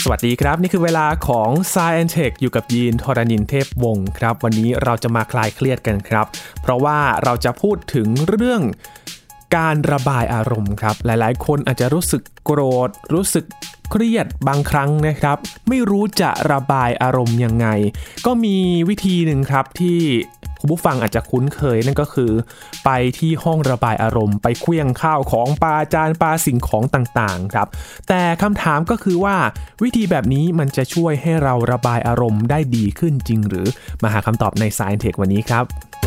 วัสดีครับนี่คือเวลาของ Science Tech อยู่กับยีนธรณินทร์เทพวงศ์ครับวันนี้เราจะมาคลายเครียดกันครับเพราะว่าเราจะพูดถึงเรื่องการระบายอารมณ์ครับหลายๆคนอาจจะรู้สึกโกรธรู้สึกเครียดบางครั้งนะครับไม่รู้จะระบายอารมณ์ยังไงก็มีวิธีหนึ่งครับที่คุณผู้ฟังอาจจะคุ้นเคยนั่นก็คือไปที่ห้องระบายอารมณ์ไปเคลื่องข้าวของปาจานปาสิ่งของต่างๆครับแต่คำถามก็คือว่าวิธีแบบนี้มันจะช่วยให้เราระบายอารมณ์ได้ดีขึ้นจริงหรือมาหาคำตอบใน Science Tech วันนี้ครับ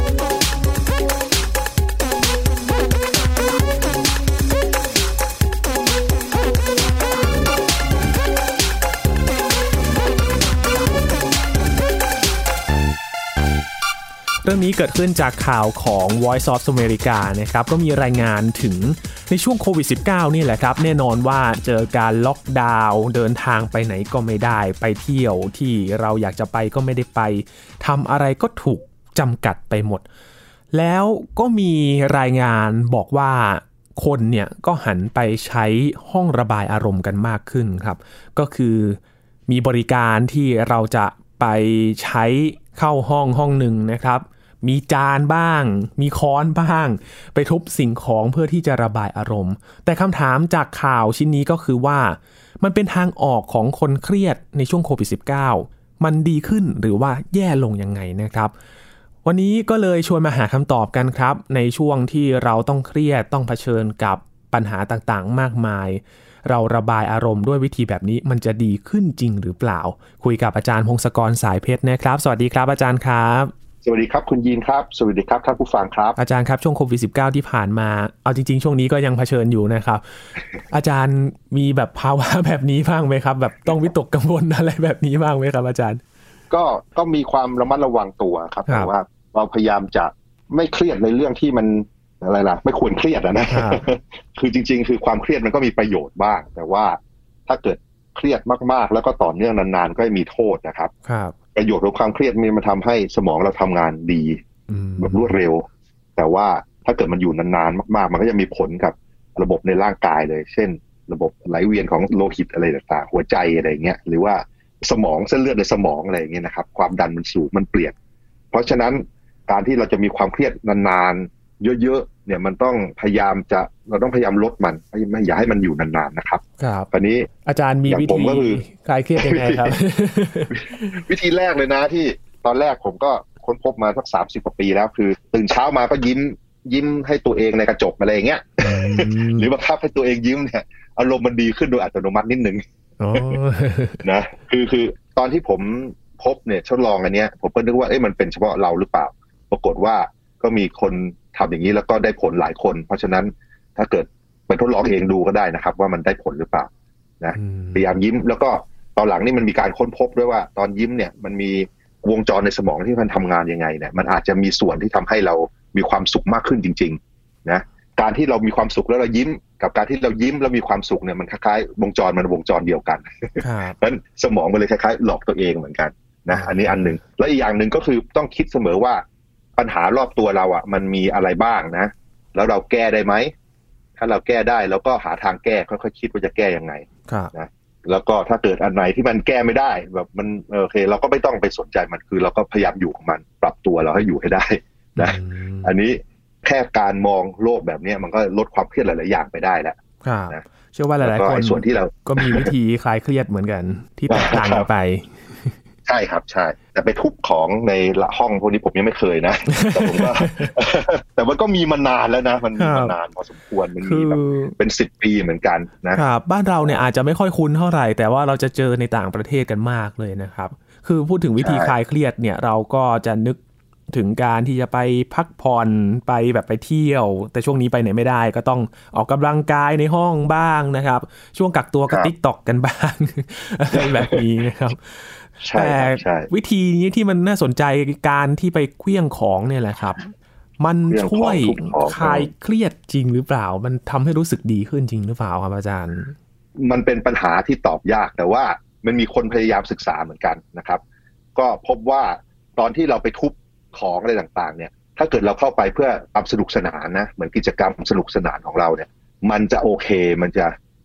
เรื่องนี้เกิดขึ้นจากข่าวของ Voice of America นะครับก็มีรายงานถึงในช่วงโควิด -19 นี่แหละครับแน่นอนว่าเจอการล็อกดาวน์เดินทางไปไหนก็ไม่ได้ไปเที่ยวที่เราอยากจะไปก็ไม่ได้ไปทำอะไรก็ถูกจำกัดไปหมดแล้วก็มีรายงานบอกว่าคนเนี่ยก็หันไปใช้ห้องระบายอารมณ์กันมากขึ้นครับก็คือมีบริการที่เราจะไปใช้เข้าห้องหนึ่งนะครับมีจานบ้างมีค้อนบ้างไปทุบสิ่งของเพื่อที่จะระบายอารมณ์แต่คำถามจากข่าวชิ้นนี้ก็คือว่ามันเป็นทางออกของคนเครียดในช่วงโควิด -19 มันดีขึ้นหรือว่าแย่ลงยังไงนะครับวันนี้ก็เลยชวนมาหาคำตอบกันครับในช่วงที่เราต้องเครียดต้องเผชิญกับปัญหาต่างๆมากมายเราระบายอารมณ์ด้วยวิธีแบบนี้มันจะดีขึ้นจริงหรือเปล่าคุยกับอาจารย์พงศกรสายเพชรนะครับสวัสดีครับอาจารย์ครับสวัสดีครับคุณยีนครับสวัสดีครับท่านผู้ฟังครับอาจารย์ครับช่วงโควิด -19 ที่ผ่านมาเอาจริงๆช่วงนี้ก็ยังเผชิญอยู่นะครับอาจารย์มีแบบภาวะแบบนี้บ้างไหมครับแบบต้องวิตกกังวลอะไรแบบนี้บ้างไหมครับอาจารย์ก็มีความระมัดระวังตัวครับแต่ว่าเราพยายามจะไม่เครียดในเรื่องที่มันอะไรล่ะไม่ควรเครียดนะ คือจริงๆคือความเครียดมันก็มีประโยชน์บ้างแต่ว่าถ้าเกิดเครียดมากๆแล้วก็ต่อเนื่องนานๆก็มีโทษนะครับประโยชน์ของความเครียดมันทำให้สมองเราทำงานดีแบบรวดเร็วแต่ว่าถ้าเกิดมันอยู่นานๆมากๆมันก็จะมีผลกับระบบในร่างกายเลยเช่นระบบไหลเวียนของโลหิตอะไรต่างๆหัวใจอะไรเงี้ยหรือว่าสมองเส้นเลือดในสมองอะไรอย่างเงี้ยนะครับความดันมันสูงมันเปลี่ยนเพราะฉะนั้นการที่เราจะมีความเครียดนานๆเยอะๆเนี่ยมันต้องเราต้องพยายามลดมันไม่อย่าให้มันอยู่นานๆนะครับตอนนี้อาจารย์มีวิธีคลายเครียดยังไงครับวิธีแรกเลยนะที่ตอนแรกผมก็ค้นพบมาสัก30 กว่าปีแล้วคือตื่นเช้ามาก็ยิ้มให้ตัวเองในกระจกอะไรอย่างเงี้ย หรือบังคับให้ตัวเองยิ้มเนี่ยอารมณ์มันดีขึ้นโดยอัตโนมัตินิดนึง นะคือตอนที่ผมพบเนี่ยทดลองอันเนี้ยผมก็นึกว่ามันเป็นเฉพาะเราหรือเปล่าปรากฏว่าก็มีคนทำอย่างนี้แล้วก็ได้ผลหลายคนเพราะฉะนั้นถ้าเกิดไปทดลองเองดูก็ได้นะครับว่ามันได้ผลหรือเปล่านะพยายามยิ้มแล้วก็ตอนหลังนี่มันมีการค้นพบด้วยว่าตอนยิ้มเนี่ยมันมีวงจรในสมองที่มันทำงานยังไงเนี่ยมันอาจจะมีส่วนที่ทำให้เรามีความสุขมากขึ้นจริงๆนะการที่เรามีความสุขแล้วเรายิ้มกับการที่เรายิ้มแล้วมีความสุขเนี่ยมันคล้ายๆวงจรมันวงจรเดียวกันเพราะฉะนั้นสมองมันเลยคล้ายๆหลอกตัวเองเหมือนกันนะอันนี้อันนึงและอีกอย่างนึงก็คือต้องคิดเสมอว่าปัญหารอบตัวเราอ่ะมันมีอะไรบ้างนะแล้วเราแก้ได้ไหมถ้าเราแก้ได้เราก็หาทางแก้ค่อยๆคิดว่าจะแก้ยังไงนะแล้วก็ถ้าเกิดอันไหนที่มันแก้ไม่ได้แบบมันโอเคเราก็ไม่ต้องไปสนใจมันคือเราก็พยายามอยู่ของมันปรับตัวเราให้อยู่ให้ได้นะอันนี้แค่การมองโลกแบบนี้มันก็ลดความเครียดหลายๆอย่างไปได้แล้วนะเชื่อว่าหลายๆคนส่วนที่เราก็มีวิธีคลายเครียดเหมือนกันที่แตกต่างกันไปใช่ครับใช่แต่ไปทุบของในห้องพวกนี้ผมยังไม่เคยนะแต่ผมก็ แต่มันก็มีมานานแล้วนะมันมีมานานพอสมควรมันมีแบบเป็น10 ปีเหมือนกันนะครับบ้านเราเนี่ยอาจจะไม่ค่อยคุ้นเท่าไหร่แต่ว่าเราจะเจอในต่างประเทศกันมากเลยนะครับคือพูดถึงวิธีคลายเครียดเนี่ยเราก็จะนึกถึงการที่จะไปพักผ่อนไปแบบไปเที่ยวแต่ช่วงนี้ไปไหนไม่ได้ก็ต้องออกกำลังกายในห้องบ้างนะครับช่วงกักตัวก็ TikTok กันบ้างอะไรแบบนี้นะครับแต่วิธีนี้ที่มันน่าสนใจการที่ไปเคลื่องของเนี่ยแหละครับมันช่วยคลายเครียดจริงหรือเปล่ามันทำให้รู้สึกดีขึ้นจริงหรือเปล่าครับอาจารย์มันเป็นปัญหาที่ตอบยากแต่ว่ามันมีคนพยายามศึกษาเหมือนกันนะครับก็พบว่าตอนที่เราไปทุบของอะไรต่างๆเนี่ยถ้าเกิดเราเข้าไปเพื่อความสนุกสนานนะเหมือนกิจกรรมสนุกสนานของเราเนี่ยมันจะโอเคมันจะ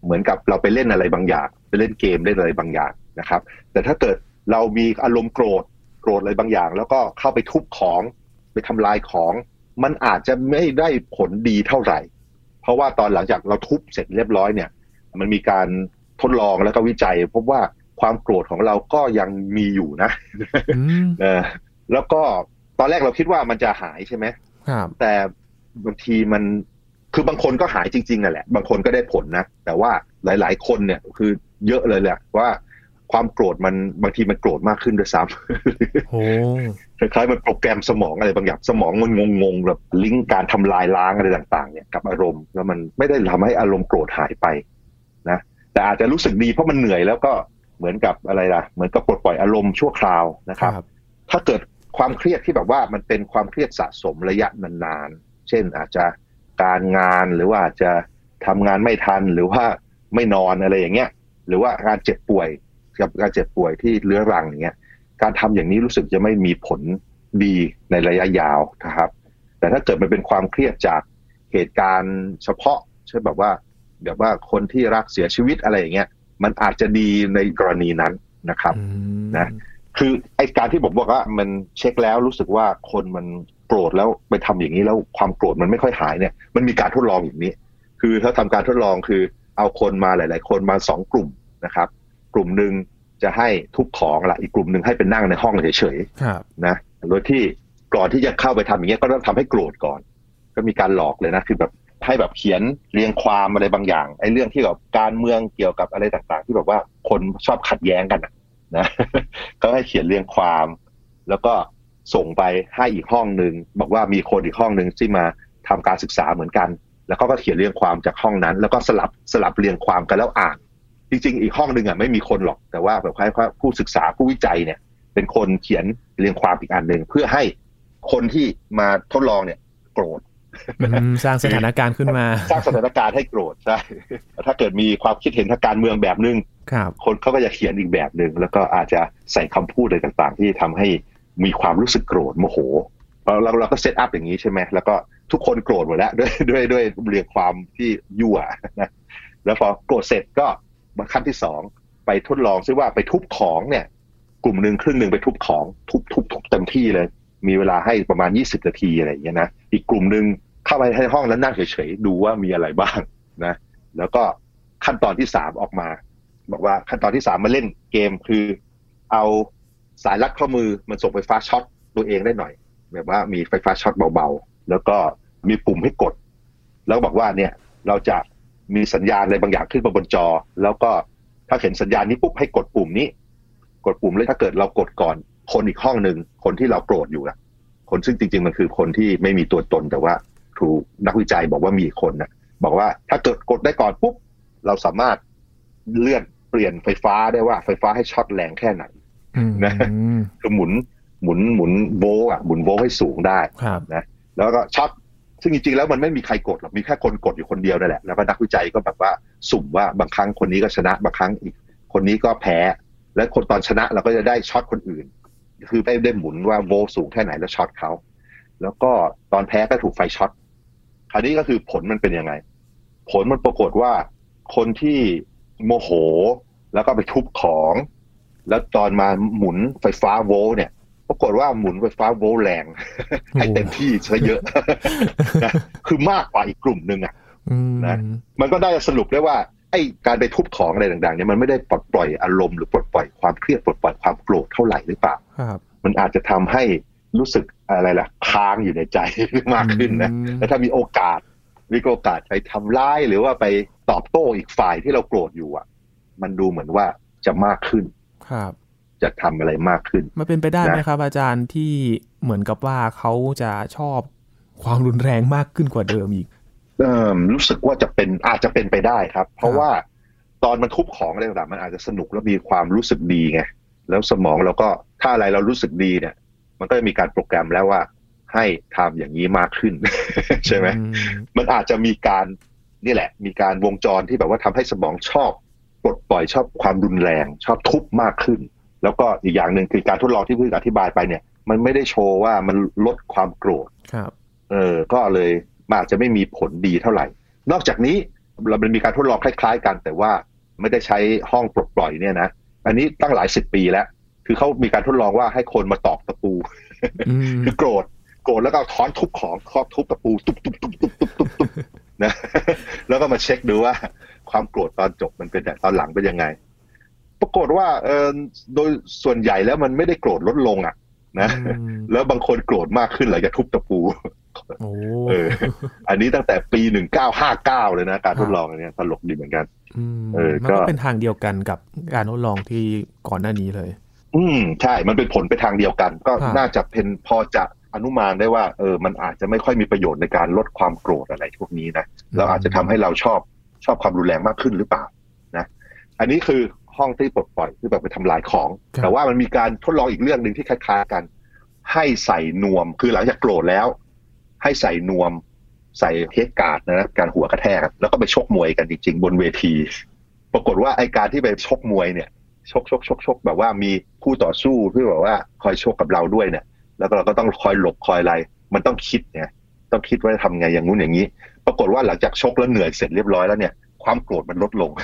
เหมือนกับเราไปเล่นอะไรบางอย่างไปเล่นเกมเล่นอะไรบางอย่างนะครับแต่ถ้าเกิดเรามีอารมณ์โกรธอะไรบางอย่างแล้วก็เข้าไปทุบของไปทำลายของมันอาจจะไม่ได้ผลดีเท่าไหร่เพราะว่าตอนหลังจากเราทุบเสร็จเรียบร้อยเนี่ยมันมีการทดลองแล้วก็วิจัยพบว่าความโกรธของเราก็ยังมีอยู่นะ แล้วก็ตอนแรกเราคิดว่ามันจะหายใช่ไหมครับแต่บางทีมันคือบางคนก็หายจริงๆนั่นแหละบางคนก็ได้ผลนะแต่ว่าหลายๆคนเนี่ยคือเยอะเลยแหละว่าความโกรธมันบางทีมันโกรธมากขึ้นด้วยซ้ำโอ้คล้ายๆมันโปรแกรมสมองอะไรบางอย่างสมองมันงงๆแบบลิงก์การทำลายล้างอะไรต่างๆเนี่ยกับอารมณ์แล้วมันไม่ได้ทำให้อารมณ์โกรธหายไปนะแต่อาจจะรู้สึกดีเพราะมันเหนื่อยแล้วก็เหมือนกับอะไรล่ะเหมือนกับปลดปล่อยอารมณ์ชั่วคราวนะครับถ้าเกิดความเครียดที่แบบว่ามันเป็นความเครียดสะสมระยะนานๆเช่นอาจจะการงานหรือว่าอาจจะทำงานไม่ทันหรือว่าไม่นอนอะไรอย่างเงี้ยหรือว่าการเจ็บป่วยกับการเจ็บป่วยที่เรื้อรังอย่างเงี้ยการทำอย่างนี้รู้สึกจะไม่มีผลดีในระยะยาวนะครับแต่ถ้าเกิดมันเป็นความเครียดจากเหตุการณ์เฉพาะเช่นแบบว่าคนที่รักเสียชีวิตอะไรอย่างเงี้ยมันอาจจะดีในกรณีนั้นนะครับนะคือไอ้การที่ผมบอกว่ามันเช็คแล้วรู้สึกว่าคนมันโกรธแล้วไปทำอย่างนี้แล้วความโกรธมันไม่ค่อยหายเนี่ยมันมีการทดลองอย่างนี้คือเขาทำการทดลองคือเอาคนมาหลายๆคนมา2กลุ่มนะครับกลุ่มหนึ่งจะให้ทุบของละอีกกลุ่มหนึ่งให้เป็นนั่งในห้องเฉยๆนะโดยที่ก่อนที่จะเข้าไปทำอย่างเงี้ยก็ต้องทำให้โกรธก่อนก็มีการหลอกเลยนะคือแบบให้แบบเขียนเรียงความอะไรบางอย่างไอ้เรื่องที่แบบการเมืองเกี่ยวกับอะไรต่างๆที่แบบว่าคนชอบขัดแย้งกันนะก็ให้เขียนเรียงความแล้วก็ส่งไปให้อีกห้องนึงบอกว่ามีคนอีกห้องนึงที่มาทำการศึกษาเหมือนกันแล้วก็เขียนเรียงความจากห้องนั้นแล้วก็สลับเรียงความกันแล้วอ่านจริงๆอีกห้องนึงไม่มีคนหรอกแต่ว่าแบบคล้ายๆผู้ศึกษาผู้วิจัยเนี่ยเป็นคนเขียนเรียงความอีกอันนึงเพื่อให้คนที่มาทดลองเนี่ยโกรธสร้างสถานการณ์ขึ้นมาสร้างสถานการณ์ให้โกรธใช่ถ้าเกิดมีความคิดเห็นทางการเมืองแบบนึงคนเขาก็จะเขียนอีกแบบนึงแล้วก็อาจจะใส่คำพูดอะไรต่างๆที่ทำให้มีความรู้สึกโกรธโมโหเราก็เซตอัพอย่างนี้ใช่ไหมแล้วก็ทุกคนโกรธหมดแล้วด้วยเรียงความที่ยั่วนะแล้วพอโกรธเสร็จก็มาขั้นที่2ไปทดลองซิว่าไปทุบของเนี่ยกลุ่มนึงครึ่งนึงไปทุบของทุบเต็มที่เลยมีเวลาให้ประมาณ20นาทีอะไรอย่างเงี้ยนะอีกกลุ่มนึงเข้าไปในห้องแล้วนั่งเฉยๆดูว่ามีอะไรบ้างนะแล้วก็ขั้นตอนที่3ออกมาบอกว่าขั้นตอนที่3มาเล่นเกมคือเอาสายรัดข้อมือมันส่งไฟฟ้าช็อตตัวเองได้หน่อยแบบว่ามีไฟฟ้าช็อตเบาๆแล้วก็มีปุ่มให้กดแล้วบอกว่าเนี่ยเราจะมีสัญญาณอะไรบางอย่างขึ้นบนจอแล้วก็ถ้าเห็นสัญญาณนี้ปุ๊บให้กดปุ่มนี้กดปุ่มเลยถ้าเกิดเรากดก่อนคนอีกห้องนึงคนที่เราโกรธอยู่นะคนซึ่งจริงๆมันคือคนที่ไม่มีตัวตนแต่ว่าถูกนักวิจัยบอกว่ามีคนนะบอกว่าถ้าเกิดกดได้ก่อนปุ๊บเราสามารถเลื่อนเปลี่ยนไฟฟ้าได้ว่าไฟฟ้าให้ช็อตแรงแค่ไหนนะคือหมุนโวลต์หมุนโวลต์ให้สูงได้นะแล้วก็ช็อตซึ่งจริงๆแล้วมันไม่มีใครกดหรอกมีแค่คนกดอยู่คนเดียวนั่นแหละแล้วก็นักวิจัยก็แบบว่าสุ่มว่าบางครั้งคนนี้ก็ชนะบางครั้งอีกคนนี้ก็แพ้และคนตอนชนะเราก็จะได้ช็อตคนอื่นคือได้หมุนว่าโวลต์สูงแค่ไหนแล้วช็อตเขาแล้วก็ตอนแพ้ก็ถูกไฟช็อตคราวนี้ก็คือผลมันเป็นยังไงผลมันปรากฏว่าคนที่โมโหแล้วก็ไปทุบของแล้วตอนมาหมุนไฟฟ้าโวลต์เนี่ยปรากฏว่าหมุนไฟฟ้าโวลต์แรงให้เต็มที่ซะเยอะนะคือมากกว่าอีกกลุ่มนึงอ่ะนะมันก็ได้สรุปได้ว่าไอ้การไปทุบของอะไรต่างๆเนี่ยมันไม่ได้ปลดปล่อยอารมณ์หรือปลดปล่อยความเครียดปลดปล่อยความโกรธเท่าไหร่หรือเปล่ามันอาจจะทำให้รู้สึกอะไรล่ะค้างอยู่ในใจมากขึ้นนะแล้วถ้ามีโอกาสไปทำร้ายหรือว่าไปตอบโต้อีกฝ่ายที่เราโกรธอยู่อ่ะมันดูเหมือนว่าจะมากขึ้นครับจะทำอะไรมากขึ้นมันเป็นไปได้ไหมครับอาจารย์ที่เหมือนกับว่าเขาจะชอบความรุนแรงมากขึ้นกว่าเดิมอีกรู้สึกว่าอาจจะเป็นไปได้ครับเพราะว่าตอนมันทุบของอะไรต่างๆมันอาจจะสนุกแล้วมีความรู้สึกดีไงแล้วสมองเราก็ถ้าอะไรเรารู้สึกดีเนี่ยมันก็จะมีการโปรแกรมแล้วว่าให้ทำอย่างนี้มากขึ้น ใช่ไหมมันอาจจะมีการนี่แหละมีการวงจรที่แบบว่าทำให้สมองชอบปลดปล่อยชอบความรุนแรงชอบทุบมากขึ้นแล้วก็อีกอย่างหนึ่งคือการทดลองที่เพิ่งอธิบายไปเนี่ยมันไม่ได้โชว์ว่ามันลดความโกรธครับก็เลยอาจจะไม่มีผลดีเท่าไหร่นอกจากนี้เรามันมีการทดลองคล้ายๆกันแต่ว่าไม่ได้ใช้ห้องปลดปล่อยเนี่ยนะอันนี้ตั้งหลาย10 ปีแล้วคือเขามีการทดลองว่าให้คนมาตอกตะปูคือโกรธแล้วก็ค้อนทุบของทุบตะปูตุ๊บนะแล้วก็มาเช็คดูว่าความโกรธตอนจบมันเป็นตอนหลังเป็นยังไงปรากฏว่าโดยส่วนใหญ่แล้วมันไม่ได้โกรธลดลงอ่ะนะแล้วบางคนโกรธมากขึ้นหลังจากทุบตะปูอันนี้ตั้งแต่ปี1959เลยนะการทดลองอันนี้ตลกดีเหมือนกันมันก็เป็นทางเดียวกันกับการทดลองที่ก่อนหน้านี้เลยใช่มันเป็นผลไปทางเดียวกันก็น่าจะเป็นพอจะอนุมานได้ว่ามันอาจจะไม่ค่อยมีประโยชน์ในการลดความโกรธอะไรพวกนี้นะแล้วอาจจะทำให้เราชอบความรุนแรงมากขึ้นหรือเปล่านะอันนี้คือห้องที่ปลดปล่อยที่แบบไปทำลายของแต่ว่ามันมีการทดลองอีกเรื่องนึงที่คล้ายๆกันให้ใส่นวมคือหลังจากโกรธแล้วให้ใส่นวมใส่เฮดการ์ดนะการหัวกระแทกแล้วก็ไปชกมวยกันจริงๆบนเวทีปรากฏว่าไอการที่ไปชกมวยเนี่ยชกแบบว่ามีคู่ต่อสู้ที่แบบว่าคอยชกกับเราด้วยเนี่ยแล้วเราก็ต้องคอยหลบคอยอะไรมันต้องคิดไงต้องคิดว่าจะทำไงอย่างงู้นอย่างนี้ปรากฏว่าหลังจากชกแล้วเหนื่อยเสร็จเรียบร้อยแล้วเนี่ยความโกรธมันลดลง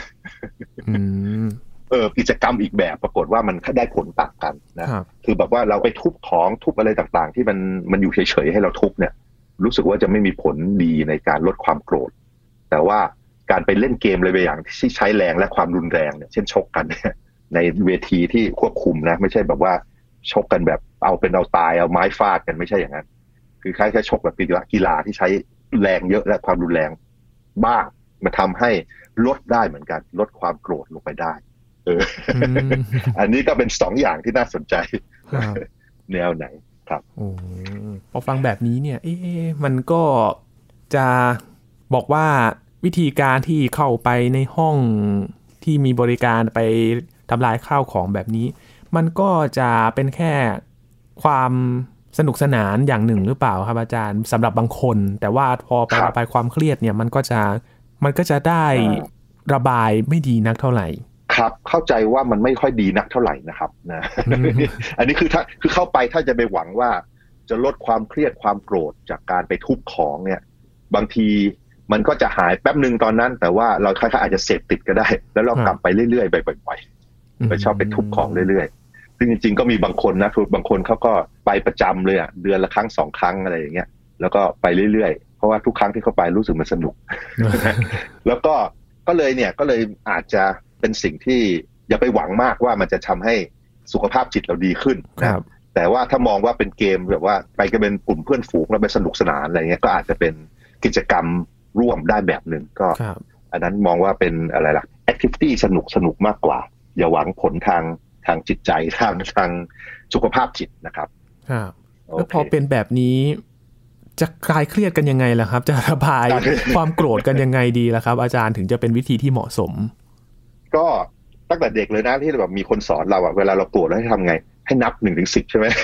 กิจกรรมอีกแบบปรากฏว่ามันได้ผลต่างกันนะคือแบบว่าเราไปทุบของทุบอะไรต่างๆที่มันอยู่เฉยๆให้เราทุบเนี่ยรู้สึกว่าจะไม่มีผลดีในการลดความโกรธแต่ว่าการไปเล่นเกมอะไรบางอย่างที่ใช้แรงและความรุนแรงเนี่ยเช่นชกกันเนี่ยในเวทีที่ควบคุมนะไม่ใช่แบบว่าชกกันแบบเอาเป็นเอาตายเอาไม้ฟาดกันไม่ใช่อย่างนั้นคือแค่ชกแบบกีฬาที่ใช้แรงเยอะและความรุนแรงบ้างมาทำให้ลดได้เหมือนกันลดความโกรธลงไปได้อันนี้ก็เป็น2 อย่างที่น่าสนใจแนวไหนครับพอฟังแบบนี้เนี่ยมันก็จะบอกว่าวิธีการที่เข้าไปในห้องที่มีบริการไปทำลายข้าวของแบบนี้มันก็จะเป็นแค่ความสนุกสนานอย่างหนึ่งหรือเปล่าครับอาจารย์สำหรับบางคนแต่ว่าพอไปความเครียดเนี่ยมันก็จะได้ระบายไม่ดีนักเท่าไหร่ครับเข้าใจว่ามันไม่ค่อยดีนักเท่าไหร่นะครับนะ อันนี้คือเข้าไปถ้าจะไปหวังว่าจะลดความเครียดความโกรธจากการไปทุบของเนี่ยบางทีมันก็จะหายแป๊บนึงตอนนั้นแต่ว่าเราค่อยๆอาจจะเสพติดก็ได้แล้วเรากลับไปเรื่อยๆบ่อยๆไปชอบไปทุบของเรื่อยๆซึ่งจริงๆก็มีบางคนนะบางคนเขาก็ไปประจำเลยอ่ะเดือนละครั้ง2 ครั้งอะไรอย่างเงี้ยแล้วก็ไปเรื่อยๆเพราะว่าทุกครั้งที่เขาไปรู้สึกมันสนุก แล้วก็เลยอาจจะเป็นสิ่งที่อย่าไปหวังมากว่ามันจะทำให้สุขภาพจิตเราดีขึ้นนะแต่ว่าถ้ามองว่าเป็นเกมแบบว่าไปกันเป็นกลุ่มเพื่อนฝูงแล้วไปสนุกสนานอะไรเงี้ยก็อาจจะเป็นกิจกรรมร่วมได้แบบหนึ่งก็อันนั้นมองว่าเป็นอะไรล่ะแอคทิวิตี้สนุกมากกว่าอย่าหวังผลทางจิตใจทางสุขภาพจิตนะครับแล้วพอเป็นแบบนี้จะคลายเครียดกันยังไงล่ะครับจะระบายความโกรธกันยังไงดีล่ะครับอาจารย์ถึงจะเป็นวิธีที่เหมาะสมก็ตั้งแต่เด็กเลยนะที่แบบมีคนสอนเราอะเวลาเราโกรธแล้วให้ทำไงให้นับ1 ถึง 10ใช่ไหม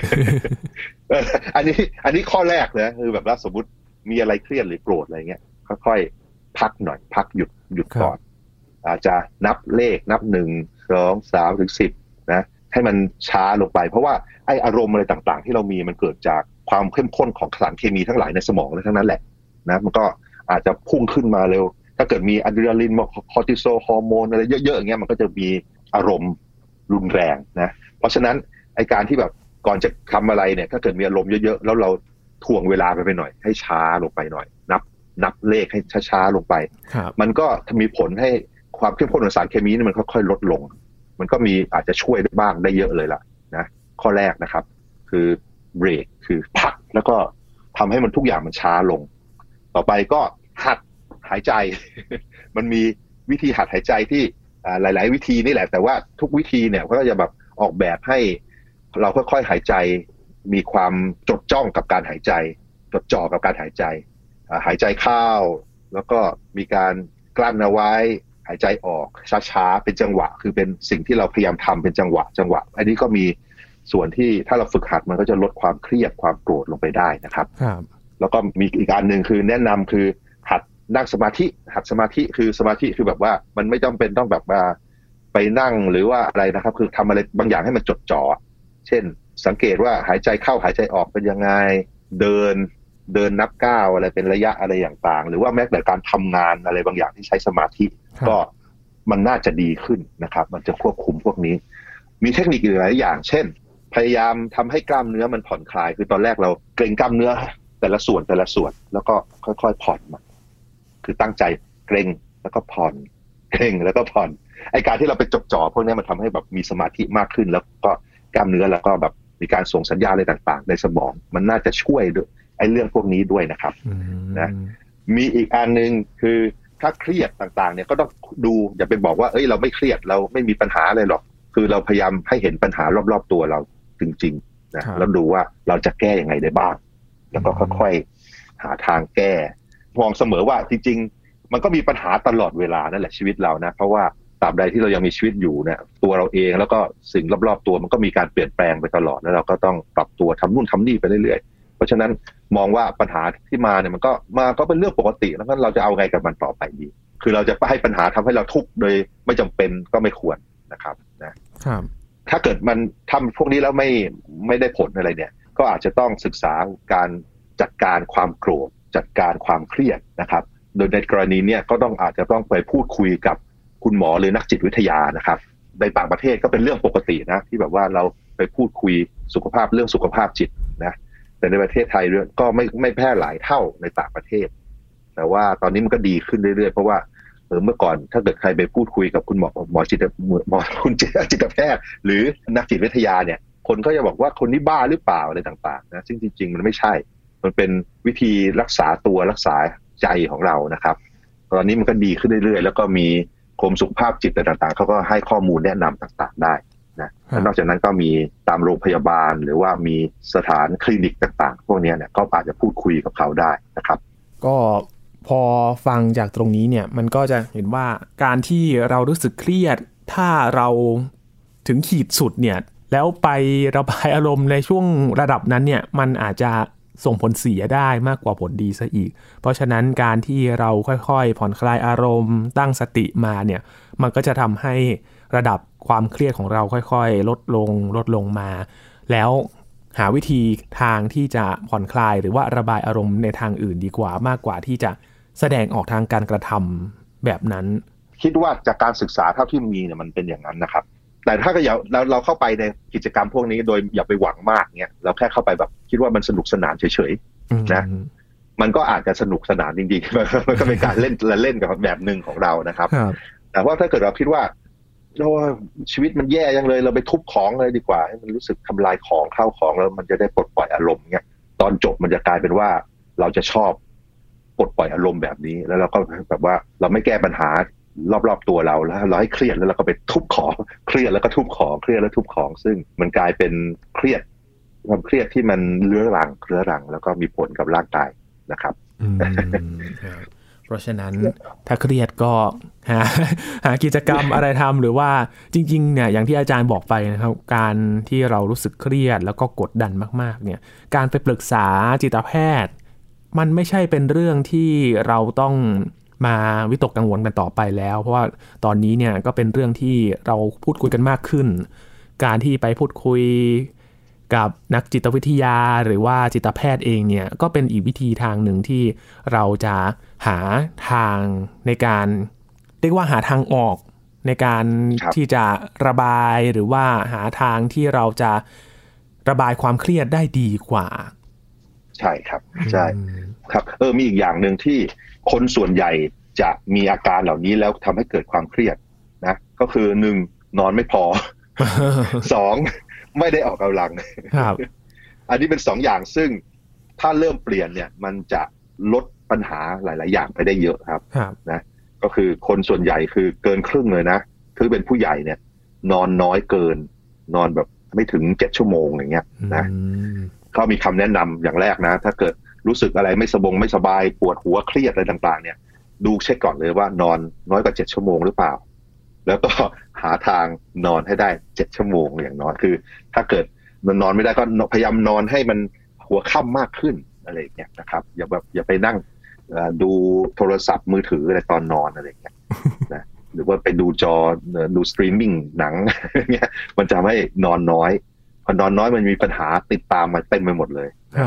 อันนี้ข้อแรกเลยคือแบบว่าสมมติมีอะไรเครียดหรือโกรธอะไรเงี้ยค่อยๆพักหน่อยพักหยุดก่อนอาจจะนับเลขนับ1 2 3 ถึง 10นะให้มันช้าลงไปเพราะว่าไออารมณ์อะไรต่างๆที่เรามีมันเกิดจากความเข้มข้นของสารเคมีทั้งหลายในสมองทั้งนั้นแหละนะมันก็อาจจะพุ่งขึ้นมาเร็วถ้าเกิดมีอะดรีนาลินคอร์ติซอลฮอร์โมนอะไรเยอะๆอย่างเงี้ยมันก็จะมีอารมณ์รุนแรงนะเพราะฉะนั้นไอการที่แบบก่อนจะทำอะไรเนี่ยถ้าเกิดมีอารมณ์เยอะๆแล้วเราถ่วงเวลาไปหน่อยให้ช้าลงไปหน่อยนับเลขให้ช้าๆลงไปมันก็มีผลให้ความเข้มข้นของสารเคมีนี่มันค่อยๆลดลงมันก็มีอาจจะช่วยได้บ้างได้เยอะเลยล่ะนะข้อแรกนะครับคือเบรกคือพักแล้วก็ทำให้มันทุกอย่างมันช้าลงต่อไปก็หัดหายใจ มันมีวิธีหัดหายใจที่หลายๆวิธีนี่แหละแต่ว่าทุกวิธีเนี่ยก็จะแบบออกแบบให้เราค่อยๆหายใจมีความจดจ้องกับการหายใจจดจ่อกับการหายใจหายใจเข้าแล้วก็มีการกลั้นเอาไว้หายใจออกช้าๆเป็นจังหวะคือเป็นสิ่งที่เราพยายามทำเป็นจังหวะอันนี้ก็มีส่วนที่ถ้าเราฝึกหัดมันก็จะลดความเครียดความโกรธลงไปได้นะครับแล้วก็มีอีกอันนึงคือแนะนำคือหัดนั่งสมาธิหัดสมาธิคือแบบว่ามันไม่จำเป็นต้องแบบว่าไปนั่งหรือว่าอะไรนะครับคือทำอะไรบางอย่างให้มันจดจ่อเช่นสังเกตว่าหายใจเข้าหายใจออกเป็นยังไงเดินเดินนับก้าวอะไรเป็นระยะอะไรต่างๆหรือว่าแม้แต่การทำงานอะไรบางอย่างที่ใช้สมาธิก็มันน่าจะดีขึ้นนะครับมันจะควบคุมพวกนี้มีเทคนิคหลายอย่างเช่นพยายามทำให้กล้ามเนื้อมันผ่อนคลายคือตอนแรกเราเกร็งกล้ามเนื้อแต่ละส่วนแล้วก็ค่อยๆผ่อนมันคือตั้งใจเกร็งแล้วก็ผ่อนเกร็งแล้วก็ผ่อนไอการที่เราไปจดจ่อพวกนี้มันทำให้แบบมีสมาธิมากขึ้นแล้วก็กล้ามเนื้อแล้วก็แบบมีการส่งสัญญาณอะไรต่างๆในสมองมันน่าจะช่วยด้วยไอ้เรื่องพวกนี้ด้วยนะครับนะมีอีกอันนึงคือถ้าเครียดต่างๆเนี่ยก็ต้องดูอย่าไปบอกว่าเอ้ยเราไม่เครียดเราไม่มีปัญหาอะไรหรอกคือเราพยายามให้เห็นปัญหารอบๆตัวเราจริงๆนะแล้วดูว่าเราจะแก้ยังไงได้บ้างแล้วก็ค่อยๆหาทางแก้มองเสมอว่าจริงๆมันก็มีปัญหาตลอดเวลานั่นแหละชีวิตเรานะเพราะว่าตราบใดที่เรายังมีชีวิตอยู่เนี่ยตัวเราเองแล้วก็สิ่งรอบๆตัวมันก็มีการเปลี่ยนแปลงไปตลอดแล้วเราก็ต้องปรับตัวทำนู่นทำนี่ไปเรื่อยๆเพราะฉะนั้นมองว่าปัญหาที่มาเนี่ยมันก็เป็นเรื่องปกติแล้วก็เราจะเอาไงกับมันต่อไปดีคือเราจะให้ปัญหาทำให้เราทุกข์โดยไม่จำเป็นก็ไม่ควรนะครับนะครับถ้าเกิดมันทำพวกนี้แล้วไม่ได้ผลอะไรเนี่ยก็อาจจะต้องศึกษาการจัดการความโกรธจัดการความเครียดนะครับโดยในกรณีเนี่ยก็อาจจะต้องไปพูดคุยกับคุณหมอหรือนักจิตวิทยานะครับในต่างประเทศก็เป็นเรื่องปกตินะที่แบบว่าเราไปพูดคุยเรื่องสุขภาพจิตนะแต่ในประเทศไทยก็ไม่แพร่หลายเท่าในต่างประเทศแต่ว่าตอนนี้มันก็ดีขึ้นเรื่อยๆเพราะว่าเมื่อก่อนถ้าเกิดใครไปพูดคุยกับคุณหมอจิตแพทย์หรือนักจิตวิทยาเนี่ยคนก็จะบอกว่าคนนี้บ้าหรือเปล่าอะไรต่างๆนะซึ่งจริงๆมันไม่ใช่มันเป็นวิธีรักษาตัวรักษาใจของเรานะครับตอนนี้มันก็ดีขึ้นเรื่อยๆแล้วก็มีกรมสุขภาพจิตต่างๆเขาก็ให้ข้อมูลแนะนำต่างๆได้นะแล้วนอกจากนั้นก็มีตามโรงพยาบาลหรือว่ามีสถานคลินิกต่างๆพวกนี้เนี่ยก็อาจจะพูดคุยกับเขาได้นะครับก็พอฟังจากตรงนี้เนี่ยมันก็จะเห็นว่าการที่เรารู้สึกเครียดถ้าเราถึงขีดสุดเนี่ยแล้วไประบายอารมณ์ในช่วงระดับนั้นเนี่ยมันอาจจะส่งผลเสียได้มากกว่าผลดีซะอีกเพราะฉะนั้นการที่เราค่อยๆผ่อนคลายอารมณ์ตั้งสติมาเนี่ยมันก็จะทำให้ระดับความเครียดของเราค่อยๆลดลงมาแล้วหาวิธีทางที่จะผ่อนคลายหรือว่าระบายอารมณ์ในทางอื่นดีกว่ามากกว่าที่จะแสดงออกทางการกระทำแบบนั้นคิดว่าจากการศึกษาเท่าที่มีเนี่ยมันเป็นอย่างนั้นนะครับแต่ถ้าเราเข้าไปในกิจกรรมพวกนี้โดยอย่าไปหวังมากเนี่ยเราแค่เข้าไปแบบคิดว่ามันสนุกสนานเฉยๆนะมันก็อาจจะสนุกสนานจริงๆมันก็เป็นการเล่นกับแบบนึงของเรานะครับแต่ว่าถ้าเกิดเราคิดว่าชีวิตมันแย่ยังเลยเราไปทุบของเลยดีกว่าให้มันรู้สึกทำลายของเข้าของแล้วมันจะได้ปลดปล่อยอารมณ์เนี่ยตอนจบมันจะกลายเป็นว่าเราจะชอบปลดปล่อยอารมณ์แบบนี้แล้วเราก็แบบว่าเราไม่แก้ปัญหารอบๆตัวเราแล้วเราให้เครียดแล้วเราก็ไปทุบของเครียดแล้วก็ทุบของเครียดแล้วทุบของซึ่งมันกลายเป็นเครียดความเครียดที่มันเรื้อรังแล้วก็มีผลกับร่างกายนะครับเพราะฉะนั้นถ้าเครียดก็หากิจกรรมอะไรทำหรือว่าจริงๆเนี่ยอย่างที่อาจารย์บอกไปนะครับการที่เรารู้สึกเครียดแล้วก็กดดันมากๆเนี่ยการไปปรึกษาจิตแพทย์มันไม่ใช่เป็นเรื่องที่เราต้องมาวิตกกังวลกันต่อไปแล้วเพราะว่าตอนนี้เนี่ยก็เป็นเรื่องที่เราพูดคุยกันมากขึ้นการที่ไปพูดคุยกับนักจิตวิทยาหรือว่าจิตแพทย์เองเนี่ยก็เป็นอีกวิธีทางหนึ่งที่เราจะหาทางในการเรียกว่าหาทางออกในการที่จะระบายหรือว่าหาทางที่เราจะระบายความเครียดได้ดีกว่าใช่ครับใช่ครับมีอีกอย่างนึงที่คนส่วนใหญ่จะมีอาการเหล่านี้แล้วทำให้เกิดความเครียดนะก็คือ1นอนไม่พอ 2ไม่ได้ออกกำลังอันนี้เป็น2อย่างซึ่งถ้าเริ่มเปลี่ยนเนี่ยมันจะลดปัญหาหลายๆอย่างไปได้เยอะครับนะก็คือคนส่วนใหญ่คือเกินครึ่งเลยนะคือเป็นผู้ใหญ่เนี่ยนอนน้อยเกินนอนแบบไม่ถึง7ชั่วโมงอย่างเงี้ยนะเขามีคำแนะนำอย่างแรกนะถ้าเกิดรู้สึกอะไรไม่สบายปวดหัวเครียดอะไรต่างๆเนี่ยดูเช็คก่อนเลยว่านอนน้อยกว่า7ชั่วโมงหรือเปล่าแล้วก็หาทางนอนให้ได้7ชั่วโมงอย่างน้อยคือถ้าเกิดนอนไม่ได้ก็พยายามนอนให้มันหัวค่ำมากขึ้นอะไรอย่างเงี้ยนะครับอย่าไปนั่งดูโทรศัพท์มือถืออะไรตอนนอนอะไรอย่างเงี้ยนะหรือว่าไปดูดูสตรีมมิ่งหนังเงี้ยมันจะทำให้นอนน้อยพอนอนน้อยมันมีปัญหาติดตามมาเต็มไปหมดเลย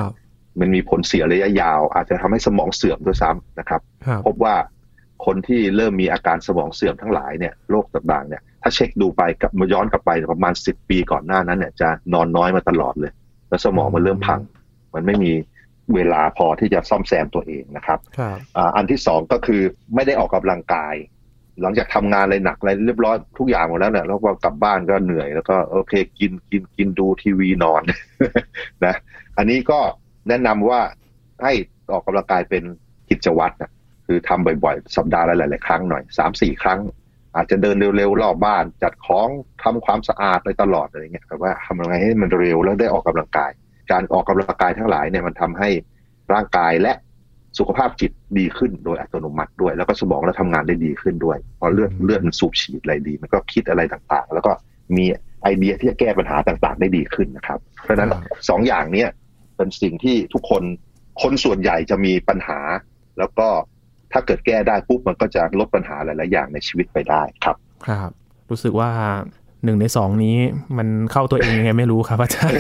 มันมีผลเสียระยะยาวอาจจะทำให้สมองเสื่อมด้วยซ้ำนะครับพบว่าคนที่เริ่มมีอาการสมองเสื่อมทั้งหลายเนี่ยโรคต่างๆเนี่ยถ้าเช็คดูไปกับย้อนกลับไปประมาณ10 ปีก่อนหน้านั้นเนี่ยจะนอนน้อยมาตลอดเลยแล้วสมองมันเริ่มพังมันไม่มีเวลาพอที่จะซ่อมแซมตัวเองนะครับอันที่2ก็คือไม่ได้ออกกำลังกายหลังจากทำงานอะไรหนักอะไรเรียบร้อยทุกอย่างหมดแล้วเนี่ยแล้วก็กลับบ้านก็เหนื่อยแล้วก็โอเคกินดูทีวีนอนนะอันนี้ก็แนะนำว่าให้ออกกำลังกายเป็นกิจวัตรนะคือทำบ่อยๆสัปดาห์ละหลายๆครั้งหน่อย 3-4 ครั้งอาจจะเดินเร็วๆรอบบ้านจัดของทำความสะอาดไปตลอดอะไรเงี้ยแต่ว่าทำยังไงให้มันเร็วแล้วได้ออกกำลังกายการออกกำลังกายทั้งหลายเนี่ยมันทำให้ร่างกายและสุขภาพจิตดีขึ้นโดยอัตโนมัติด้วยแล้วก็สมองเราทำงานได้ดีขึ้นด้วยพอเลือดมันสูบฉีดอะไรดีมันก็คิดอะไรต่างๆแล้วก็มีไอเดียที่จะแก้ปัญหาต่างๆได้ดีขึ้นนะครับเพราะฉะนั้น2อย่างนี้เป็นสิ่งที่ทุกคนส่วนใหญ่จะมีปัญหาแล้วก็ถ้าเกิดแก้ได้ปุ๊บมันก็จะลดปัญหาหลายๆอย่างในชีวิตไปได้ครับครับรู้สึกว่า1 ใน 2นี้มันเข้าตัวเองยังไงไม่รู้ครับอาจารย์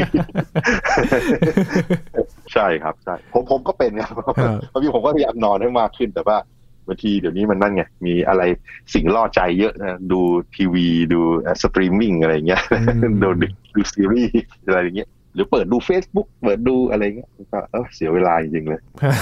ใช่ครับใช่ผมก็เป็นครับบางทีผมก็พยายามนอนให้มากขึ้นแต่ว่าบางทีเดี๋ยวนี้มันนั่นไงมีอะไรสิ่งล่อใจเยอะนะดูทีวีดูสตรีมมิ่งอะไรเงี้ยดูซีรีส์อะไรอย่างเงี้ยหรือเปิดดู Facebook เปิดดูอะไรเงี้ยก็เสียเวลาจริงๆเลย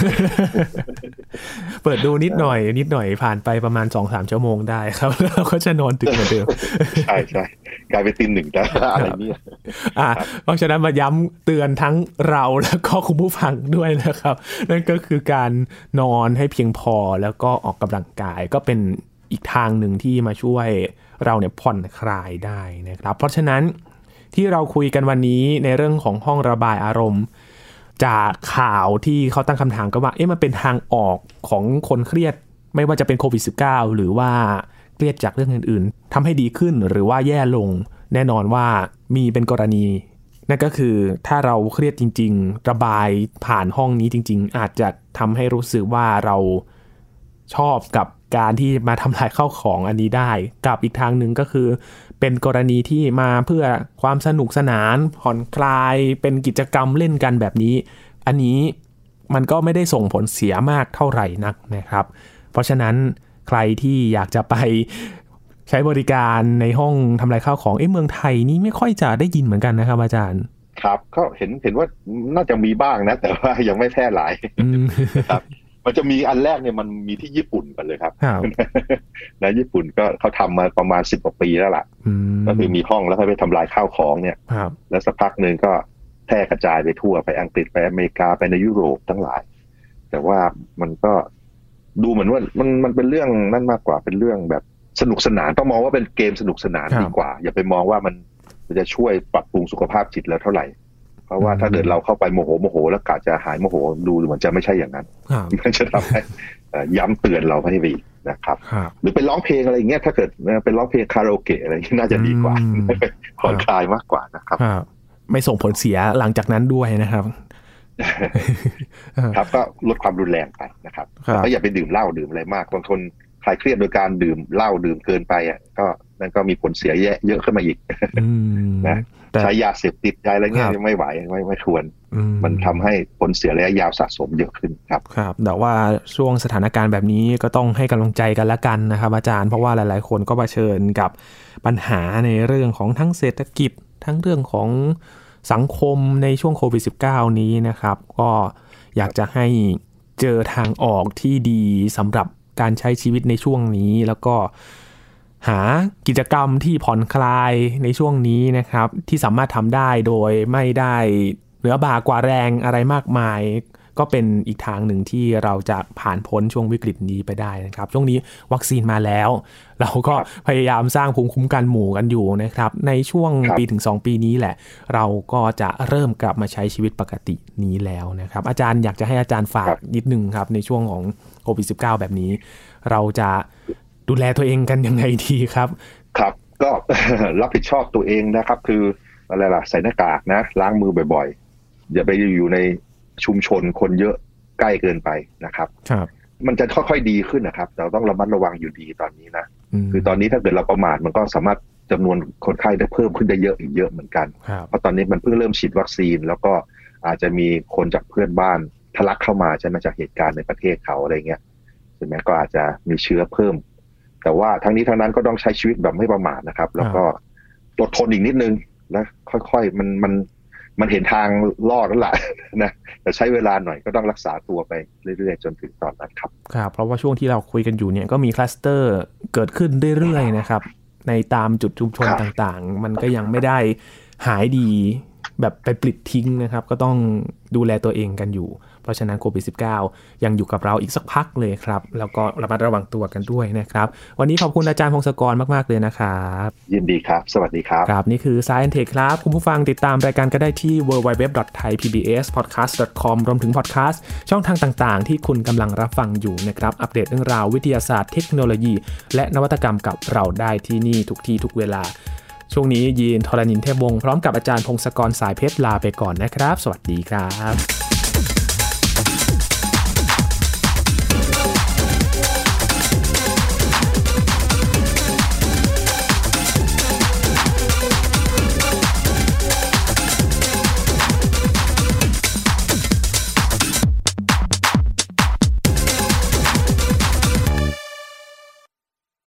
เปิดดูนิดหน่อยผ่านไปประมาณ 2-3 ชั่วโมงได้ครับแล้วก็จะนอนดึกเหมือนเดิมใช่ๆกลายเป็นตี 1ได้อะไรเนี่ยเพราะฉะนั้นมาย้ำเตือนทั้งเราแล้วก็คุณผู้ฟังด้วยนะครับนั่นก็คือการนอนให้เพียงพอแล้วก็ออกกำลังกายก็เป็นอีกทางหนึ่งที่มาช่วยเราเนี่ยผ่อนคลายได้นะครับเพราะฉะนั้นที่เราคุยกันวันนี้ในเรื่องของห้องระบายอารมณ์จากข่าวที่เขาตั้งคำถามก็ว่ามันเป็นทางออกของคนเครียดไม่ว่าจะเป็นโควิด -19 หรือว่าเครียดจากเรื่องอื่นๆทำให้ดีขึ้นหรือว่าแย่ลงแน่นอนว่ามีเป็นกรณีนั่นก็คือถ้าเราเครียดจริงๆระบายผ่านห้องนี้จริงๆอาจจะทำให้รู้สึกว่าเราชอบกับการที่มาทำลายข้าวของอันนี้ได้กับอีกทางหนึ่งก็คือเป็นกรณีที่มาเพื่อความสนุกสนานผ่อนคลายเป็นกิจกรรมเล่นกันแบบนี้อันนี้มันก็ไม่ได้ส่งผลเสียมากเท่าไหร่นักนะครับเพราะฉะนั้นใครที่อยากจะไปใช้บริการในห้องทำลายข้าวของเมืองไทยนี่ไม่ค่อยจะได้ยินเหมือนกันนะครับอาจารย์ครับก็เห็นว่าน่าจะมีบ้างนะแต่ว่ายังไม่แพร่หลายครับมันจะมีอันแรกเนี่ยมันมีที่ญี่ปุ่นกันเลยครับนะญี่ปุ่นก็เขาทำมาประมาณ10 กว่าปีแล้วล่ะก็คือมีห้องแล้วให้ไปทำลายข้าวของเนี่ยแล้วสักพักหนึ่งก็แพร่กระจายไปทั่วไปอังกฤษไปอเมริกาไปในยุโรปทั้งหลายแต่ว่ามันก็ดูเหมือนว่ามันเป็นเรื่องนั่นมากกว่าเป็นเรื่องแบบสนุกสนานต้องมองว่าเป็นเกมสนุกสนานดีกว่าอย่าไปมองว่ามันจะช่วยปรับปรุงสุขภาพจิตแล้วเท่าไหร่เพราะว่าถ้าเกิดเราเข้าไปโมโหแล้วกะจะหายโมโหดูเหมือนจะไม่ใช่อย่างนั้นมันจะทำให้ย้ำเตือนเราให้ดีนะครับหรือเป็นร้องเพลงอะไรอย่างเงี้ยถ้าเกิดเป็นร้องเพลงคาราโอเกะอะไรน่าจะดีกว่าผ่อนคลายมากกว่านะครับไม่ส่งผลเสียหลังจากนั้นด้วยนะครับครับก็ลดความรุนแรงไปนะครับก็อย่าไปดื่มเหล้าดื่มอะไรมากบางคนคลายเครียดโดยการดื่มเหล้าดื่มเกินไปก็นั่นก็มีผลเสียเยอะขึ้นมาอีกนะใช้ยาเสพติดยาอะไรเงี้ยไม่ไหวไม่ควรมันทำให้ผลเสียระยะยาวสะสมเยอะขึ้นครับครับแต่ว่าช่วงสถานการณ์แบบนี้ก็ต้องให้กำลังใจกันละกันนะครับอาจารย์เพราะว่าหลายๆคนก็เผชิญกับปัญหาในเรื่องของทั้งเศรษฐกิจทั้งเรื่องของสังคมในช่วงโควิด -19 นี้นะครับก็อยากจะให้เจอทางออกที่ดีสำหรับการใช้ชีวิตในช่วงนี้แล้วก็หากิจกรรมที่ผ่อนคลายในช่วงนี้นะครับที่สามารถทำได้โดยไม่ได้เหนือบ่ากว่าแรงอะไรมากมายก็เป็นอีกทางหนึ่งที่เราจะผ่านพ้นช่วงวิกฤตนี้ไปได้นะครับช่วงนี้วัคซีนมาแล้วเราก็พยายามสร้างภูมิคุ้มกันหมู่กันอยู่นะครับในช่วงปีถึง2 ปีนี้แหละเราก็จะเริ่มกลับมาใช้ชีวิตปกตินี้แล้วนะครับอาจารย์อยากจะให้อาจารย์ฝากนิดนึงครับในช่วงของโควิด -19 แบบนี้เราจะดูแลตัวเองกันยังไงดีครับครับก็ รับผิดชอบตัวเองนะครับคืออะไรล่ะใส่หน้ากากนะล้างมือบ่อยๆอย่าไปอยู่ในชุมชนคนเยอะใกล้เกินไปนะครับมันจะค่อยๆดีขึ้นนะครับเราต้องระมัดระวังอยู่ดีตอนนี้นะคือตอนนี้ถ้าเกิดเราประมาทมันก็สามารถจำนวนคนไข้ได้เพิ่มขึ้นได้เยอะอีกเยอะเหมือนกันเพราะตอนนี้มันเพิ่งเริ่มฉีดวัคซีนแล้วก็อาจจะมีคนจากเพื่อนบ้านทะลักเข้ามาใช่ไหมจากเหตุการณ์ในประเทศเขาอะไรเงี้ยใช่ไหมก็อาจจะมีเชื้อเพิ่มแต่ว่าทั้งนี้ทั้งนั้นก็ต้องใช้ชีวิตแบบไม่ประมาทนะครับแล้วก็อดทนอีกนิดนึงแล้วค่อยๆมันเห็นทางรอดแล้วแหละนะแต่ใช้เวลาหน่อยก็ต้องรักษาตัวไปเรื่อยๆจนถึงตอนนั้นครับครับเพราะว่าช่วงที่เราคุยกันอยู่เนี่ยก็มีคลัสเตอร์เกิดขึ้นเรื่อยๆนะครับในตามจุดชุมชนต่างๆมันก็ยังไม่ได้หายดีแบบไปปลิดทิ้งนะครับก็ต้องดูแลตัวเองกันอยู่เพราะฉะนั้นโควิด -19 ยังอยู่กับเราอีกสักพักเลยครับแล้วก็ระมัดระวังตัวกันด้วยนะครับวันนี้ขอบคุณอาจารย์พงศกรมากๆเลยนะครับยินดีครับสวัสดีครับครับนี่คือ Science Tech ครับคุณผู้ฟังติดตามรายการก็ได้ที่ www.thaipbspodcast.com รวมถึงพอดแคสต์ช่องทางต่างๆที่คุณกำลังรับฟังอยู่นะครับอัปเดตเรื่องราววิทยาศาสตร์เทคโนโลยีและนวัตกรรมกับเราได้ที่นี่ทุกที่ทุกเวลาช่วงนี้ยีนทรณินเทพวงศ์พร้อมกับอาจารย์พงศกรสายเพชรลาไปก่อนนะครับสวัสดีครับ